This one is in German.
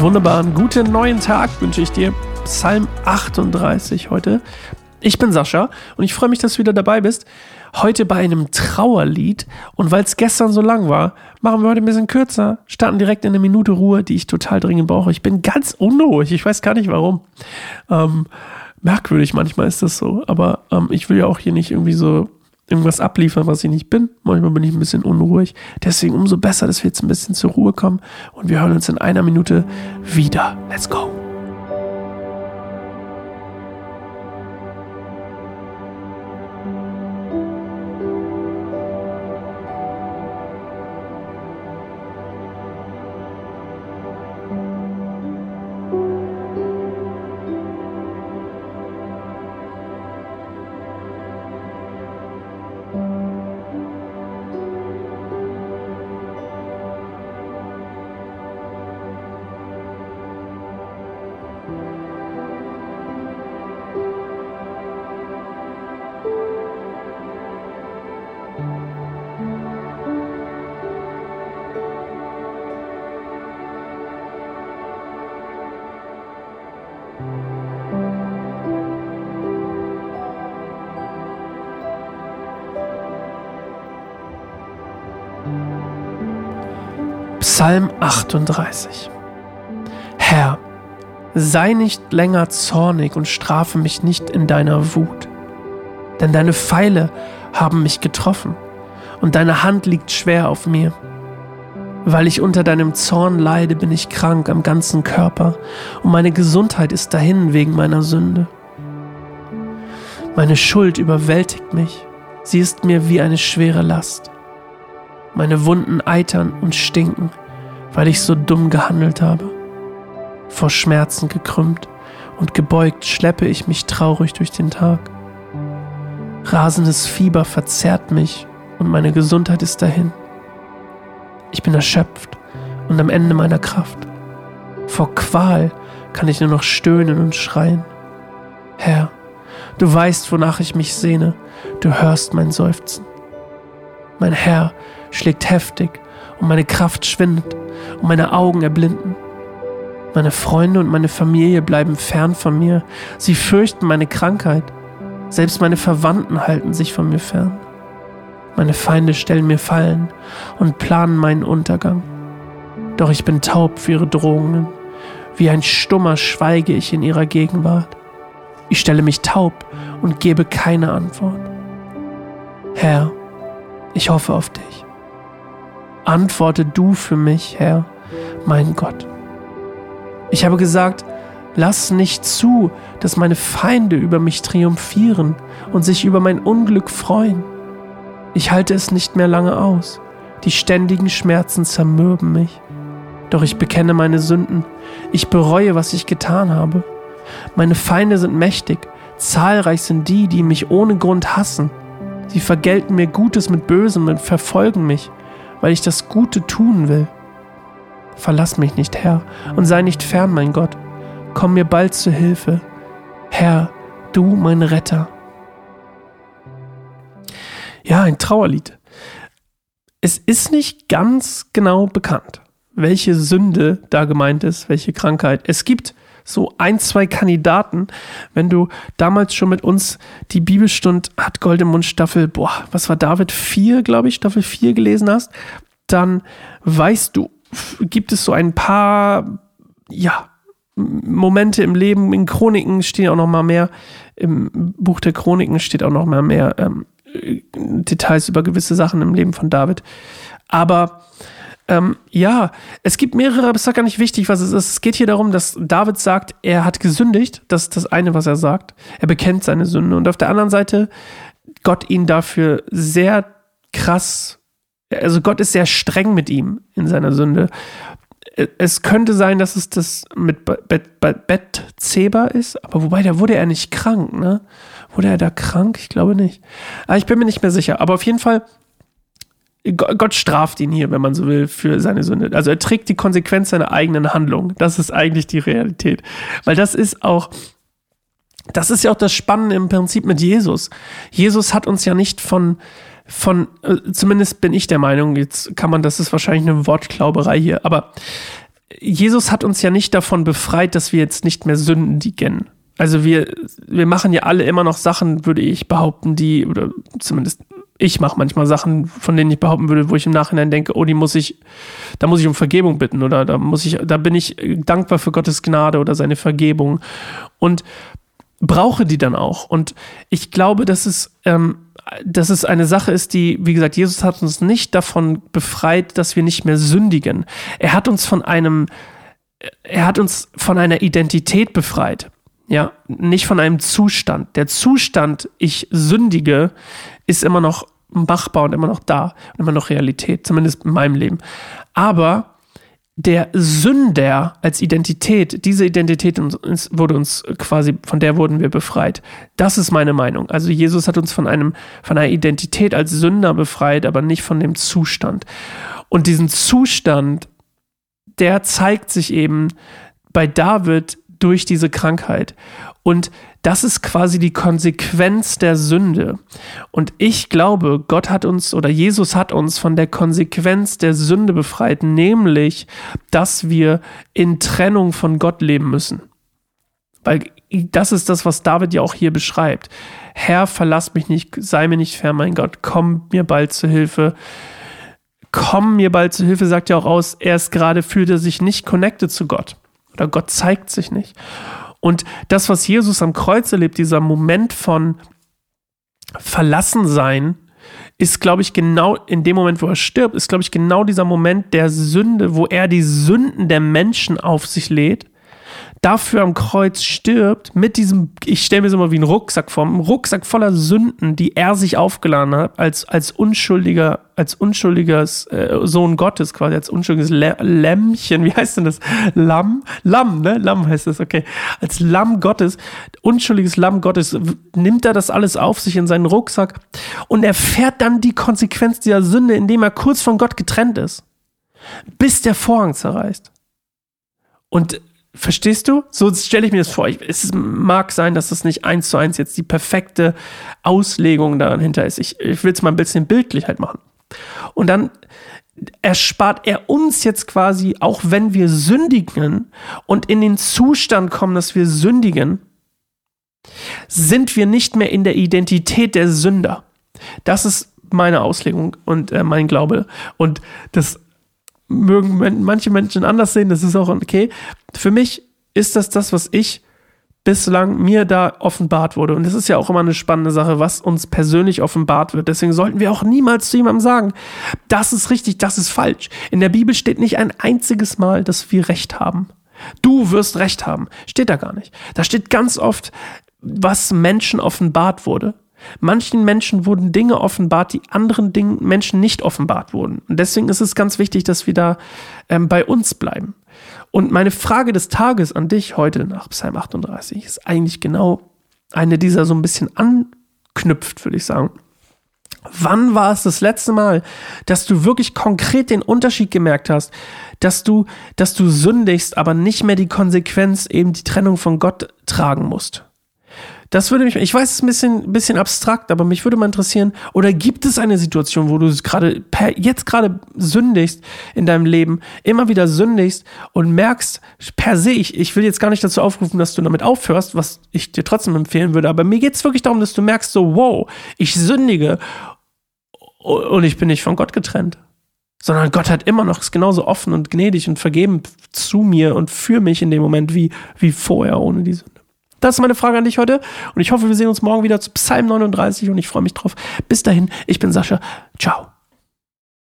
wunderbaren guten neuen Tag wünsche ich dir. Psalm 38 heute. Ich bin Sascha und ich freue mich, dass du wieder dabei bist. Heute bei einem Trauerlied, und weil es gestern so lang war, machen wir heute ein bisschen kürzer, starten direkt in eine Minute Ruhe, die ich total dringend brauche. Ich bin ganz unruhig, ich weiß gar nicht warum. Merkwürdig, manchmal ist das so, aber ich will ja auch hier nicht irgendwie so irgendwas abliefern, was ich nicht bin. Manchmal bin ich ein bisschen unruhig. Deswegen umso besser, dass wir jetzt ein bisschen zur Ruhe kommen und wir hören uns in einer Minute wieder. Let's go! Psalm 38. Herr, sei nicht länger zornig und strafe mich nicht in deiner Wut. Denn deine Pfeile haben mich getroffen und deine Hand liegt schwer auf mir. Weil ich unter deinem Zorn leide, bin ich krank am ganzen Körper und meine Gesundheit ist dahin wegen meiner Sünde. Meine Schuld überwältigt mich, sie ist mir wie eine schwere Last. Meine Wunden eitern und stinken, weil ich so dumm gehandelt habe. Vor Schmerzen gekrümmt und gebeugt schleppe ich mich traurig durch den Tag. Rasendes Fieber verzehrt mich und meine Gesundheit ist dahin. Ich bin erschöpft und am Ende meiner Kraft. Vor Qual kann ich nur noch stöhnen und schreien. Herr, du weißt, wonach ich mich sehne, du hörst mein Seufzen. Mein Herr schlägt heftig und meine Kraft schwindet und meine Augen erblinden. Meine Freunde und meine Familie bleiben fern von mir. Sie fürchten meine Krankheit. Selbst meine Verwandten halten sich von mir fern. Meine Feinde stellen mir Fallen und planen meinen Untergang. Doch ich bin taub für ihre Drohungen. Wie ein Stummer schweige ich in ihrer Gegenwart. Ich stelle mich taub und gebe keine Antwort. Herr, ich hoffe auf dich. Antworte du für mich, Herr, mein Gott. Ich habe gesagt, lass nicht zu, dass meine Feinde über mich triumphieren und sich über mein Unglück freuen. Ich halte es nicht mehr lange aus. Die ständigen Schmerzen zermürben mich. Doch ich bekenne meine Sünden. Ich bereue, was ich getan habe. Meine Feinde sind mächtig. Zahlreich sind die, die mich ohne Grund hassen. Sie vergelten mir Gutes mit Bösem und verfolgen mich, weil ich das Gute tun will. Verlass mich nicht, Herr, und sei nicht fern, mein Gott. Komm mir bald zu Hilfe. Herr, du mein Retter. Ja, ein Trauerlied. Es ist nicht ganz genau bekannt, welche Sünde da gemeint ist, welche Krankheit. Es gibt so 1, 2 Kandidaten. Wenn du damals schon mit uns die Bibelstund hat Gold im Mund Staffel, was war David 4, glaube ich, Staffel 4 gelesen hast, dann weißt du, gibt es so ein paar, Momente im Leben. In Chroniken steht auch noch mal mehr, im Buch der Chroniken steht auch noch mal mehr Details über gewisse Sachen im Leben von David. Aber es gibt mehrere, aber es ist doch gar nicht wichtig, was es ist. Es geht hier darum, dass David sagt, er hat gesündigt. Das ist das eine, was er sagt. Er bekennt seine Sünde. Und auf der anderen Seite, Gott ihn dafür sehr krass, also Gott ist sehr streng mit ihm in seiner Sünde. Es könnte sein, dass es das mit Bethseba ist, aber wobei, da wurde er nicht krank, ne? Wurde er da krank? Ich glaube nicht. Aber ich bin mir nicht mehr sicher. Aber auf jeden Fall, Gott straft ihn hier, wenn man so will, für seine Sünde. Also er trägt die Konsequenz seiner eigenen Handlung. Das ist eigentlich die Realität. Weil das ist ja auch das Spannende im Prinzip mit Jesus. Jesus hat uns ja nicht zumindest bin ich der Meinung, jetzt kann man, das ist wahrscheinlich eine Wortklauberei hier, aber Jesus hat uns ja nicht davon befreit, dass wir jetzt nicht mehr sündigen. Also wir machen ja alle immer noch Sachen, würde ich behaupten, oder zumindest ich mache manchmal Sachen, von denen ich behaupten würde, wo ich im Nachhinein denke, oh, da muss ich um Vergebung bitten oder da bin ich dankbar für Gottes Gnade oder seine Vergebung und brauche die dann auch. Und ich glaube, dass es eine Sache ist, die, wie gesagt, Jesus hat uns nicht davon befreit, dass wir nicht mehr sündigen. Er hat uns von einer Identität befreit. Ja, nicht von einem Zustand. Der Zustand, ich sündige, ist immer noch machbar und immer noch da und immer noch Realität, zumindest in meinem Leben. Aber der Sünder als Identität, diese Identität wurde uns quasi, von der wurden wir befreit. Das ist meine Meinung. Also Jesus hat uns von einer Identität als Sünder befreit, aber nicht von dem Zustand. Und diesen Zustand, der zeigt sich eben bei David durch diese Krankheit. Und das ist quasi die Konsequenz der Sünde. Und ich glaube, Jesus hat uns von der Konsequenz der Sünde befreit, nämlich, dass wir in Trennung von Gott leben müssen. Weil das ist das, was David ja auch hier beschreibt. Herr, verlass mich nicht, sei mir nicht fern, mein Gott, komm mir bald zu Hilfe. Komm mir bald zu Hilfe, sagt ja auch aus, fühlt er sich nicht connected zu Gott. Oder Gott zeigt sich nicht. Und das, was Jesus am Kreuz erlebt, dieser Moment von Verlassensein, ist, glaube ich, genau in dem Moment, wo er stirbt, ist, glaube ich, genau dieser Moment der Sünde, wo er die Sünden der Menschen auf sich lädt, dafür am Kreuz stirbt, mit diesem, ich stelle mir so mal wie einen Rucksack vor, einem Rucksack voller Sünden, die er sich aufgeladen hat, als unschuldiges Sohn Gottes, quasi als unschuldiges Lämmchen, wie heißt denn das? Lamm, ne? Lamm heißt das, okay. Als Lamm Gottes, unschuldiges Lamm Gottes, nimmt er das alles auf sich in seinen Rucksack und erfährt dann die Konsequenz dieser Sünde, indem er kurz von Gott getrennt ist, bis der Vorhang zerreißt. Und verstehst du? So stelle ich mir das vor. Es mag sein, dass das nicht 1:1 jetzt die perfekte Auslegung dahinter ist. Ich will es mal ein bisschen bildlich halt machen. Und dann erspart er uns jetzt quasi, auch wenn wir sündigen und in den Zustand kommen, dass wir sündigen, sind wir nicht mehr in der Identität der Sünder. Das ist meine Auslegung und mein Glaube. Und das mögen manche Menschen anders sehen, das ist auch okay. Für mich ist das, was bislang mir da offenbart wurde. Und das ist ja auch immer eine spannende Sache, was uns persönlich offenbart wird. Deswegen sollten wir auch niemals zu jemandem sagen, das ist richtig, das ist falsch. In der Bibel steht nicht ein einziges Mal, dass wir Recht haben. Du wirst Recht haben. Steht da gar nicht. Da steht ganz oft, was Menschen offenbart wurde. Manchen Menschen wurden Dinge offenbart, die anderen Menschen nicht offenbart wurden. Und deswegen ist es ganz wichtig, dass wir da bei uns bleiben. Und meine Frage des Tages an dich heute nach Psalm 38 ist eigentlich genau eine, die da so ein bisschen anknüpft, würde ich sagen. Wann war es das letzte Mal, dass du wirklich konkret den Unterschied gemerkt hast, dass du sündigst, aber nicht mehr die Konsequenz, eben die Trennung von Gott tragen musst? Das würde mich, ich weiß, es ist ein bisschen abstrakt, aber mich würde mal interessieren, oder gibt es eine Situation, wo du jetzt gerade sündigst in deinem Leben, immer wieder sündigst und merkst, per se, ich will jetzt gar nicht dazu aufrufen, dass du damit aufhörst, was ich dir trotzdem empfehlen würde, aber mir geht es wirklich darum, dass du merkst so, wow, ich sündige und ich bin nicht von Gott getrennt, sondern Gott hat immer noch, ist genauso offen und gnädig und vergeben zu mir und für mich in dem Moment wie vorher ohne die Sünde. Das ist meine Frage an dich heute und ich hoffe, wir sehen uns morgen wieder zu Psalm 39 und ich freue mich drauf. Bis dahin, ich bin Sascha. Ciao.